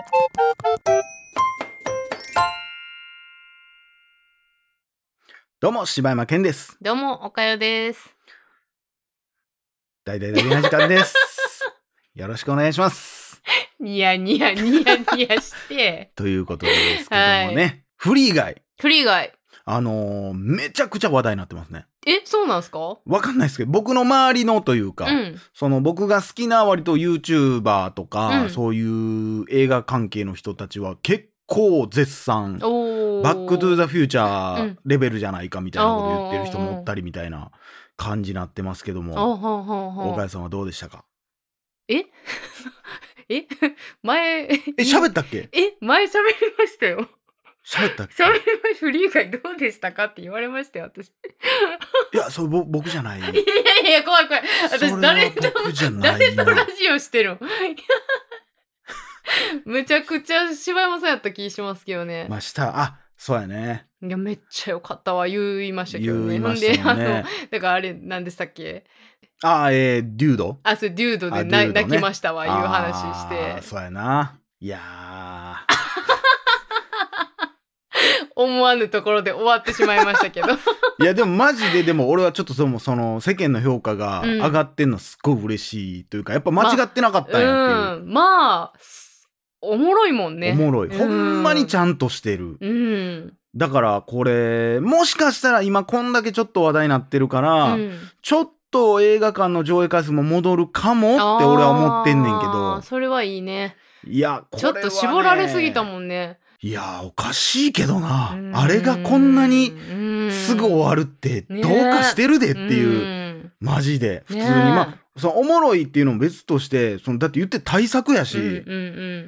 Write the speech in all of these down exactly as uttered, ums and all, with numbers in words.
どうも柴山健です。 どうもおかよです。 大々大々な時間ですよろしくお願いします。 ニヤニヤニヤニヤしてということでですけどもね、 はい、 フリー以外フリー以外あのー、めちゃくちゃ話題になってますね。 え、そうなんすか？ わかんないですけど、僕の周りのというか、 うん、 その僕が好きな割と YouTuber とか、 うん、 そういう映画関係の人たちは結構絶賛、 おーバックトゥーザフューチャーうんレベルじゃないかみたいなこと言ってる人もおったりみたいな感じになってますけども、 あほんほんほん岡谷さんはどうでしたか？ ええ前え、喋ったっけ？ え、前喋りましたよ。 喋ったっけ？ 喋りました。フリー以外どうでしたかって言われましたよ、私。いいや、それぼ僕じゃない。いややいや、怖い怖い。私誰と、 僕じゃない誰とラジオしてるのむちゃくちゃ柴山さんやった気しますけどね。 まあ、したあ、そうやね。 いや、めっちゃ良かったわ、言いましたけどね。 言いましたもんね。 ほんで、あの、だからあれ、何でしたっけ？ あ、えー、デュードあ、そう、デュードでデュードね泣きましたわ、いう話して。 そうやな。いや思わぬところで終わってしまいましたけど。 いや、でもマジで、でも俺はちょっとその、その世間の評価がうん上がってんのすっごい嬉しいというか、やっぱ間違ってなかったんやっていう。 うん、まあ、おもろいもんね。 おもろい。ほんまにちゃんゃんとしてる。 うん。 だからこれ、もしかしたら今こんだけちょっと話題になってるから、 うん、 ちょっと映画館の上映回数も戻るかもって俺は思ってんねんけど。 あ、それはいいね。 いや、これはね、 ちょっと絞られすぎたもんね。 いや、おかしいけどな。あれがこんなにすぐ終わるってどうかしてるでっていう。マジで。普通に。まあ、そのおもろいっていうのも別として、そのだって言って対策やし。うんうんうん、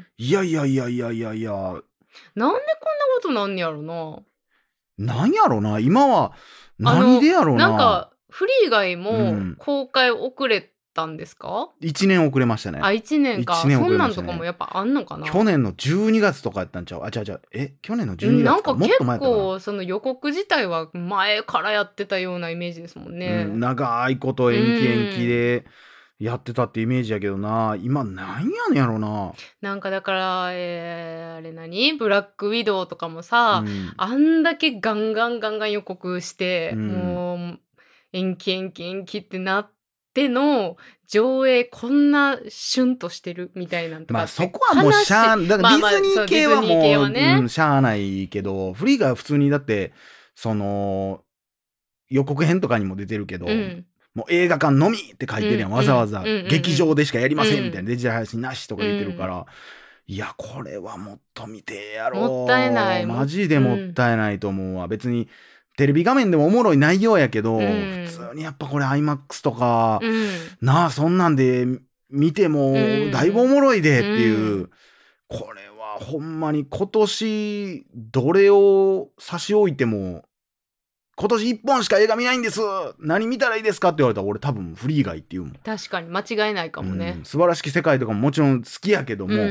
いやいやいやいやいやいや。なんでこんなことなんやろな。 なんやろな。今は何でやろな。 なんかフリー以外も公開遅れたんですか？ いちねん遅れましたね。 あ、いちねんか。いちねん遅れましたね。そんなんとかもやっぱあんのかな。 去年のじゅうにがつとかやったんちゃう？あ、違う違う。え、去年のじゅうにがつか。 なんか結構その予告自体は前からやってたようなイメージですもんね。 うん、長いこと延期延期でやってたってイメージやけどな。今なんやねんやろな。なんかだから、えー、あれ何？ブラックウィドウとかもさ、うん、あんだけガンガンガンガン予告して、うん、もう延期延期延期ってなってでの上映こんなシュンとしてるみたいなんとか、まあそこはもうしゃあだからディズニー系はもう、まあまあはね、うん、しゃあないけど、フリーが普通にだってその予告編とかにも出てるけど、うん、もう映画館のみって書いてるやん、うん、わざわざ、うん、劇場でしかやりませんみたいな、うん、デジタル配信なしとか言ってるから、うん、いやこれはもっと見てやろう。 もったいない。 マジでもったいないと思うわ。別にテレビ画面でもおもろい内容やけど、うん、普通にやっぱこれ アイマックス とか、うん、なあそんなんで見てもだいぶおもろいでっていう、うん、これはほんまに今年どれを差し置いても今年いっぽんしか映画見ないんです、何見たらいいですかって言われたら俺多分フリー以外って言うもん。 確かに間違いないかもね、 うん、素晴らしき世界とかももちろん好きやけども、うん、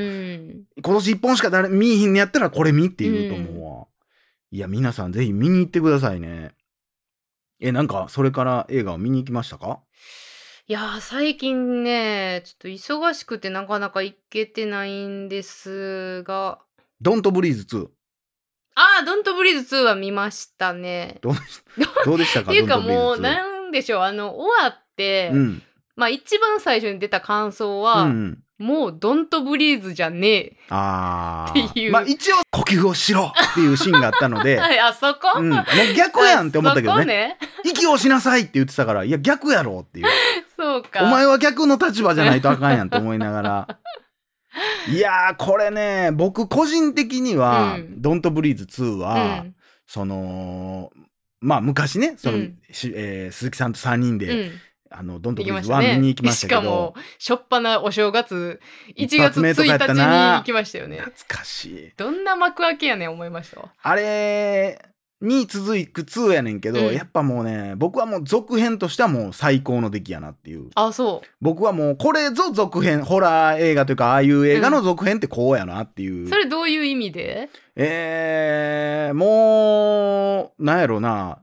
今年いっぽんしか誰見いひんのやったらこれ見って言うと思うわ、うん、いや皆さんぜひ見に行ってくださいね。え、なんかそれから映画を見に行きましたか？ いやー最近ねちょっと忙しくてなかなか行けてないんですが、 ドントブリーズツー。 あードントブリーズツーは見ましたね。 どうどうでしたか？ っていうかもうなんでしょう、あの終わって、うん、まあ一番最初に出た感想は、うん、もうドントブリーズじゃねえあっていう。 まあ一応呼吸をしろっていうシーンがあったのであそこ、 うん、もう逆やんって思ったけど ね, ね息をしなさいって言ってたから、いや逆やろっていうそうか、 お前は逆の立場じゃないとあかんやんと思いながらいやーこれね僕個人的には、うん、ドントブリーズツーは、うん、そのまあ昔ねその、うんえー、鈴木さんとさんにんで、うんあのドントブリーズワン見に行きましたけど、 しかもしょっぱなお正月いちがつついたちに行きましたよね。 懐かしい。 どんな幕開けやねん思いましたわ。 あれに続くツーやねんけど、うん、やっぱもうね僕はもう続編としてはもう最高の出来やなっていう。 あ、そう。 僕はもうこれぞ続編、ホラー映画というかああいう映画の続編ってこうやなっていう、 うん、それどういう意味で？ えー、もうなんやろな、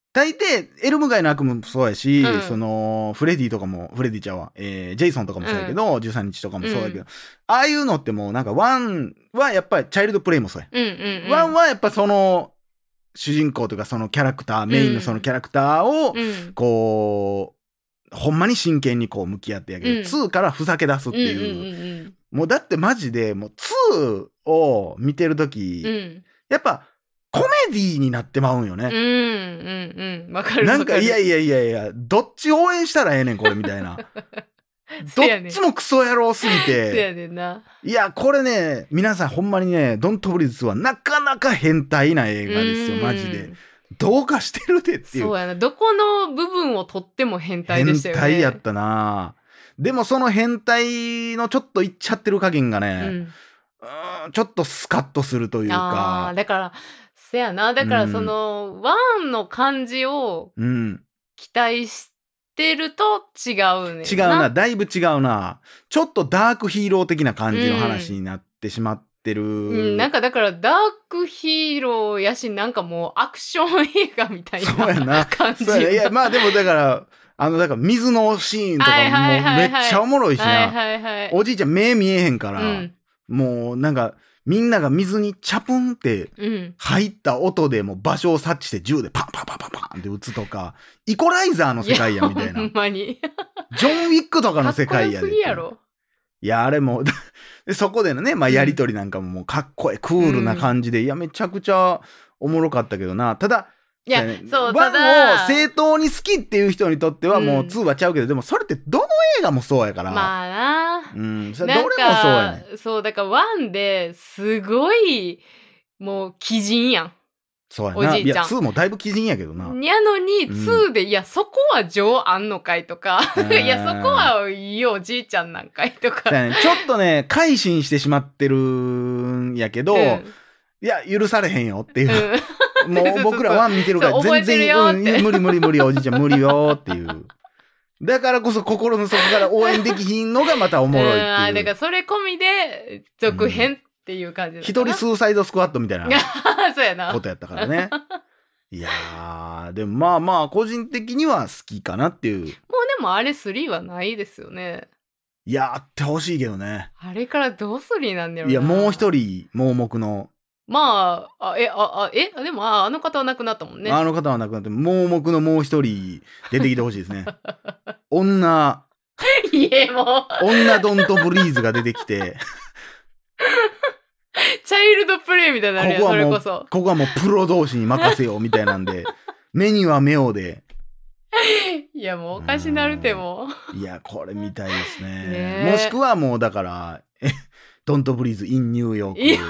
大抵エルム街の悪夢もそうやし、 うんそのフレディとかもフレディちゃうわ、えー、ジェイソンとかもそうやけど、じゅうさんにちとかもそうやけど、 うんああいうのってもうなんかワンはやっぱりチャイルドプレイもそうや、 うんうんうんワンはやっぱその主人公というかそのキャラクター、メインのそのキャラクターをうんこうほんまに真剣にこう向き合ってやけど、 うんツーからふざけ出すっていう、 うんうんうんもうだってマジでもうツーを見てるとき、 うんうんやっぱコメディになってまうんよね、 うんうんうんわかるなんかいやいややいやいやどっち応援したらええねんこれみたいなどせやねんっちもクソ野郎すぎそうてやねんないやこれね皆さんほんまにねドントブリーズはなかなか変態な映画ですようんマジでどうかしてるでっていうそうやなどこの部分をとっても変態でしたよね変態やったなでもその変態のちょっといっちゃってる加減がね、 うんうーんちょっとスカッとするというかあーだからせやなだからその、ワンの感じをうん期待してると違うねん違うなだいぶ違うなちょっとダークヒーロー的な感じの話になってしまってる、 うん、なんかだからダークヒーローやしなんかもうアクション映画みたいそうやなな感じそうやいやまあでもだからあのだから水のシーンとかもはいはいはいはいめっちゃおもろいしはいなはいはいおじいちゃん目見えへんから、 うんもうなんかみんなが水にチャプンってうん入った音でもう場所を察知して銃でパンパンパンパンパンって撃つとかイコライザーの世界やみたいなやほんまにジョン・ウィックとかかの世っこよ界やですぎやろいやあれもでそこでのね、まあ、やりとりなんかももうかっこいいクールな感じで、いやめちゃくちゃおもろかったけどなただいやそうやねそうワンただを正当に好きっていう人にとってはもううんツーはちゃうけど、でもそれってどの映画もそうやから、 まあなうんそれなんどれもそうやねんかそうだからワンですごいもう鬼人やんそうやなおじいちゃんいやツーもだいぶ鬼人やけどなやのにうんツーで、いやそこは情あんのかいとかうんいやそこはいいおじいちゃんなんかいとかそうやねちょっとね改心してしまってるんやけど、 うんいや許されへんよっていう、 うんもう僕らワン見てるからそう覚えてる全然、うん、 よって無理無理無理おじいちゃん無理よっていうだからこそ心の底から応援できひんのがまたおもろいってうんあーいうだからそれ込みで続編っていう感じだった一人スーサイドスクワットみたいなそうやなことやったからねいやーでもまあまあ個人的には好きかなっていうもうでもあれスリーはないですよねいやあってほしいけどねあれからどうスリーなんだろうないやもう一人盲目のまああえああえでもああの方は亡くなったもんねあの方は亡くなって盲目のもう一人出てきてほしいですね女いえもう女ドントブリーズが出てきてチャイルドプレイみたいになるやんそここはもうれこそここはもうプロ同士に任せようみたいなんで目には目をでいやもうおかしなるてもいやこれ見たいですねねえもしくはもうだからえドントブリーズ in ニューヨいやー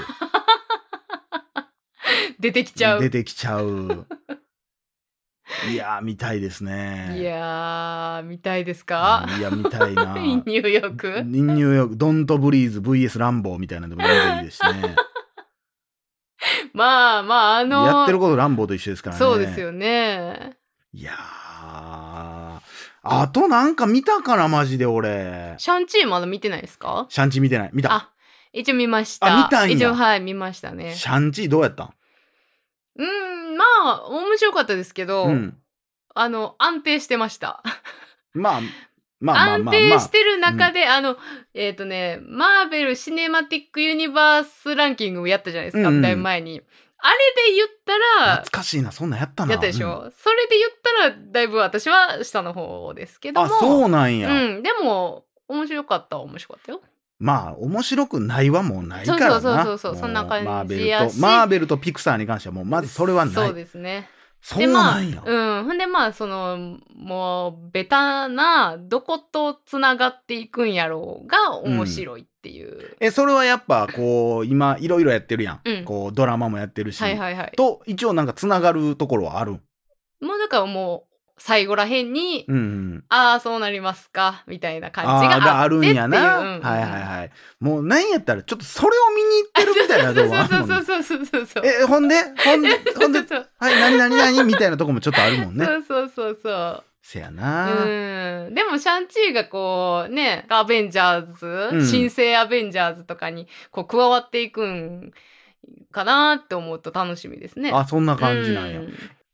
出てきちゃうク出てきちゃういや見たいですねいやー見たいですかいや見たいなニューヨーク in ニューヨークドントブリーズ ブイエス ランボーみたいなのでも全然いいですしねまあまああのやってることランボーと一緒ですからねそうですよねいやーあとなんか見たかなマジで俺シャンチーまだ見てないですかシャンチー見てない見たあ一応見ましたあ見たんや一応はい見ましたねシャンチーどうやったんうーんまあ面白かったですけど、 うんあの安定してましたまあまあまあまあまあ安定してる中で、あのえっ、とねマーベル・シネマティック・ユニバースランキングをやったじゃないですか、 うんうんだいぶ前にあれで言ったら懐かしいなそんなんやったなやったでしょ、 うんそれで言ったらだいぶ私は下の方ですけどもあそうなんや、 うん、でも面白かったは面白かったよまあ面白くないはもうないからなそうそうそうそうもそんな感じマーベルやしとマーベルとピクサーに関してはもうまずそれはないそうですねそうなんや、 でまあ、うん。ほんでまあ、その、もう、ベタな、どことつながっていくんやろうが面白いっていう。 えそれはやっぱこう今いろいろやってるやん、 うんこうドラマもやってるし、 はいはいはい。 と一応なんかつながるところはあるんもうだからもう、最後らへんに、 うんうんああ、そうなりますか、みたいな感じあーがあがあってっていう。 るんやな、 うんうんはいはいはいもうなんやったらちょっとそれを見に行ってるみたいなとこあるもんねそうそうそうそうそうそう。 えほんでほんでほんでそうはい何何何みたいなとこもちょっとあるもんねそうそうそうそう。 せやな、 うん、でもシャンチーがこうねアベンジャーズ、 うん新生アベンジャーズとかにこう加わっていくんかなって思うと楽しみですね。 あそんな感じなんや、 うん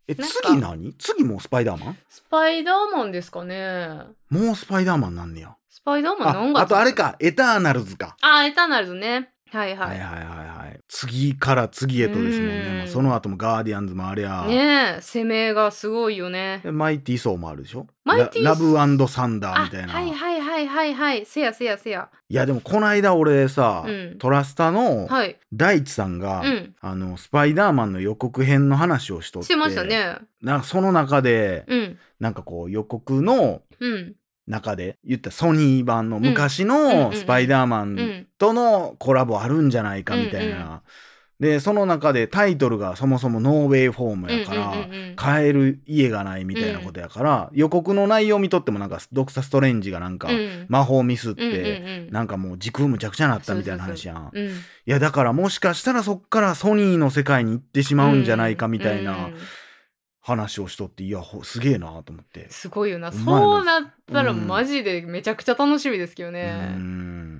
え次何次もうスパイダーマンスパイダーマンですかね。 もうスパイダーマンなんねや。 スパイダーマン何月？ あ, あとあれかエターナルズか。 あエターナルズね。はいはい、 はいはいはいはい次から次へとですもんね。まあ、その後もガーディアンズもありゃねえ攻めがすごいよね。 マイティーソーもあるでしょ。 マイティーラブ&サンダーみたいな。 はいはいはいはいはいせやせやせや。 いやでもこの間俺さ、うん、トラスタの大地さんが、はい、あのスパイダーマンの予告編の話をしとってしてましたね。 なんかその中で、うん、なんかこう予告の、 うん中で言ったソニー版の昔のスパイダーマンとのコラボあるんじゃないかみたいな、うんうん、でその中でタイトルがそもそもノーウェイフォームやから、うんうんうん、帰る家がないみたいなことやから、うん、予告の内容見とってもなんかドクターストレンジがなんか魔法ミスって、うんうんうん、なんかもう時空むちゃくちゃなったみたいな話やん。いやだからもしかしたらそっからソニーの世界に行ってしまうんじゃないかみたいな、うんうんうん話をしとっていやすげえなと思って。 すごいよな。そうなったらマジでめちゃくちゃ楽しみですけどね。 うん、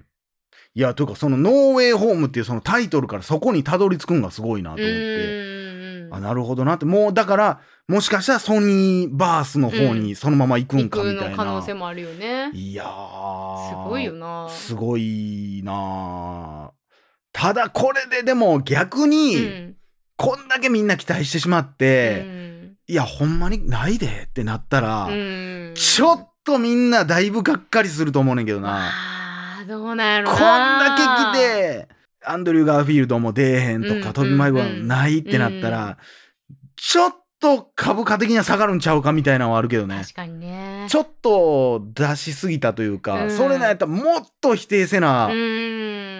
いやというかそのノーウェイホームっていうそのタイトルからそこにたどり着くんがすごいなと思って。あなるほどなってもうだからもしかしたらソニーバースの方にそのまま行くんかみたいな、うん、 行くの可能性もあるよね。 いやーすごいよな。 すごいな。ただこれででも逆に、うん、こんだけみんな期待してしまって、うんいやほんまにないでってなったらちょっとみんなだいぶがっかりすると思うねんけどな。 あどうなんやろな。 こんだけ来てアンドリュー・ガーフィールドも出えへんとか、うんうんうん、トビー・マイクはないってなったら、うん、ちょっと株価的には下がるんちゃうかみたいなのはあるけどね。 確かにね。 ちょっと出しすぎたというか、うん、それなんやったらもっと否定せな、うん、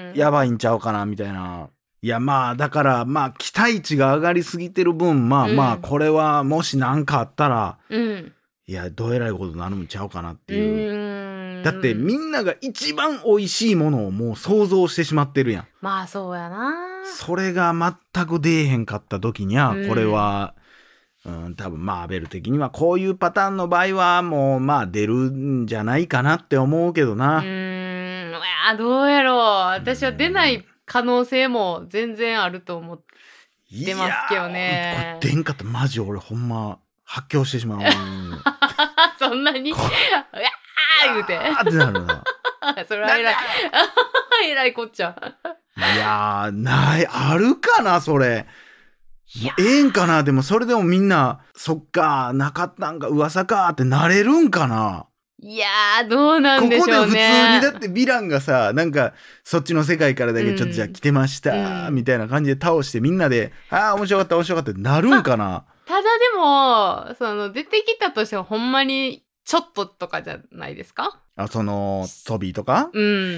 やばいんちゃうかなみたいな。いやまあだからまあ期待値が上がりすぎてる分まあまあこれはもし何かあったら、うん、いやどえらいことになるんちゃうかなっていう。だってみんなが一番美味しいものをもう想像してしまってるやん。 まあそうやな。 それが全く出えへんかった時にはこれは、うん、うん、多分マーベル的にはこういうパターンの場合はもうまあ出るんじゃないかなって思うけどな。うーんいやどうやろう。私は出ない可能性も全然あると思ってますけどね。 これ出んかったらマジ俺ほんま発狂してしまう。 そんなにうわー言うてあってなるな。 それは偉い偉いこっちゃ。 いやーないあるかなそれ。ええんかな。でもそれでもみんなそっかなかったんか噂かってなれるんかな。 いやーどうなんでしょうね。 ここで普通にだってヴィランがさなんかそっちの世界からだけちょっとじゃあ来てました、うん、みたいな感じで倒してみんなでああ面白かった面白かったってなるんかな、ま、 ただでもその出てきたとしてもほんまにちょっととかじゃないですか。 あそのトビーとか、 うん、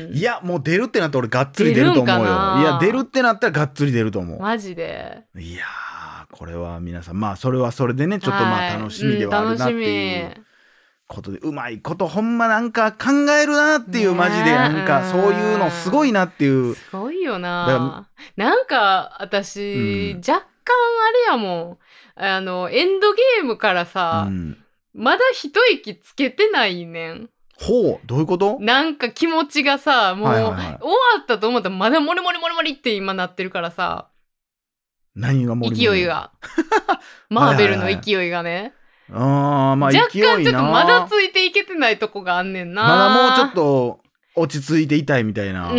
いやもう出るってなったら俺がっつり出ると思うよ。いや出るってなったらがっつり出ると思うマジで。 いやーこれは皆さんまあそれはそれでねちょっとまあ楽しみではあるなっていう、うんことでうまいことほんまなんか考えるなっていう、マジでなんかそういうのすごいなっていう。 すごいよな。なんか私、うん、若干あれやもんあのエンドゲームからさ、うん、まだ一息つけてないねん。 ほうどういうこと？ なんか気持ちがさもう、はいはいはい、終わったと思ったらまだモリモリモリモリって今なってるからさ。 何がモリモリ？ 勢いがマーベルの勢いがね。はいはいはいあまあ、 若干ちょっとまだついていけてないとこがあんねんな。 まだもうちょっと落ち着いていたいみたいな。 うん。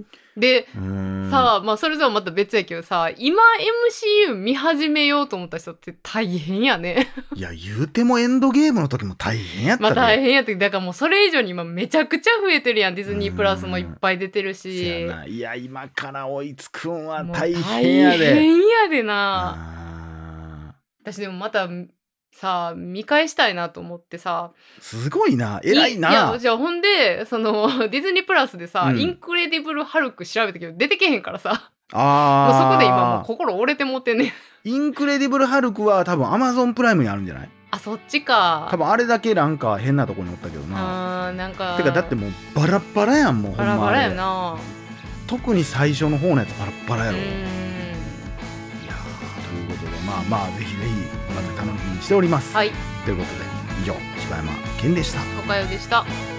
でさあまあそれとはまた別やけどさ今 エムシーユー 見始めようと思った人って大変やね。 いや言うてもエンドゲームの時も大変やったで。 まあ大変やっただからもうそれ以上に今めちゃくちゃ増えてるやん。ディズニープラスもいっぱい出てるし。 やないや今から追いつくんは大変やで。 大変やでな。私でもまたさあ見返したいなと思ってさ。 すごいな偉いな。 いやじゃあほんでそのディズニープラスでさ、うん、インクレディブルハルク調べたけど出てけへんからさあもうそこで今もう心折れてもってね。 インクレディブルハルクは多分アマゾンプライムにあるんじゃない？ あそっちか。 多分あれだけなんか変なとこにおったけどな。 あなんかてかだってもうバラバラやんもうバラバラやな。 特に最初の方のやつバラバラやろ。うんいやということでまあまあぜひぜひまた楽しみにしております。 はい。 ということで以上柴山健でした。 おかよでした。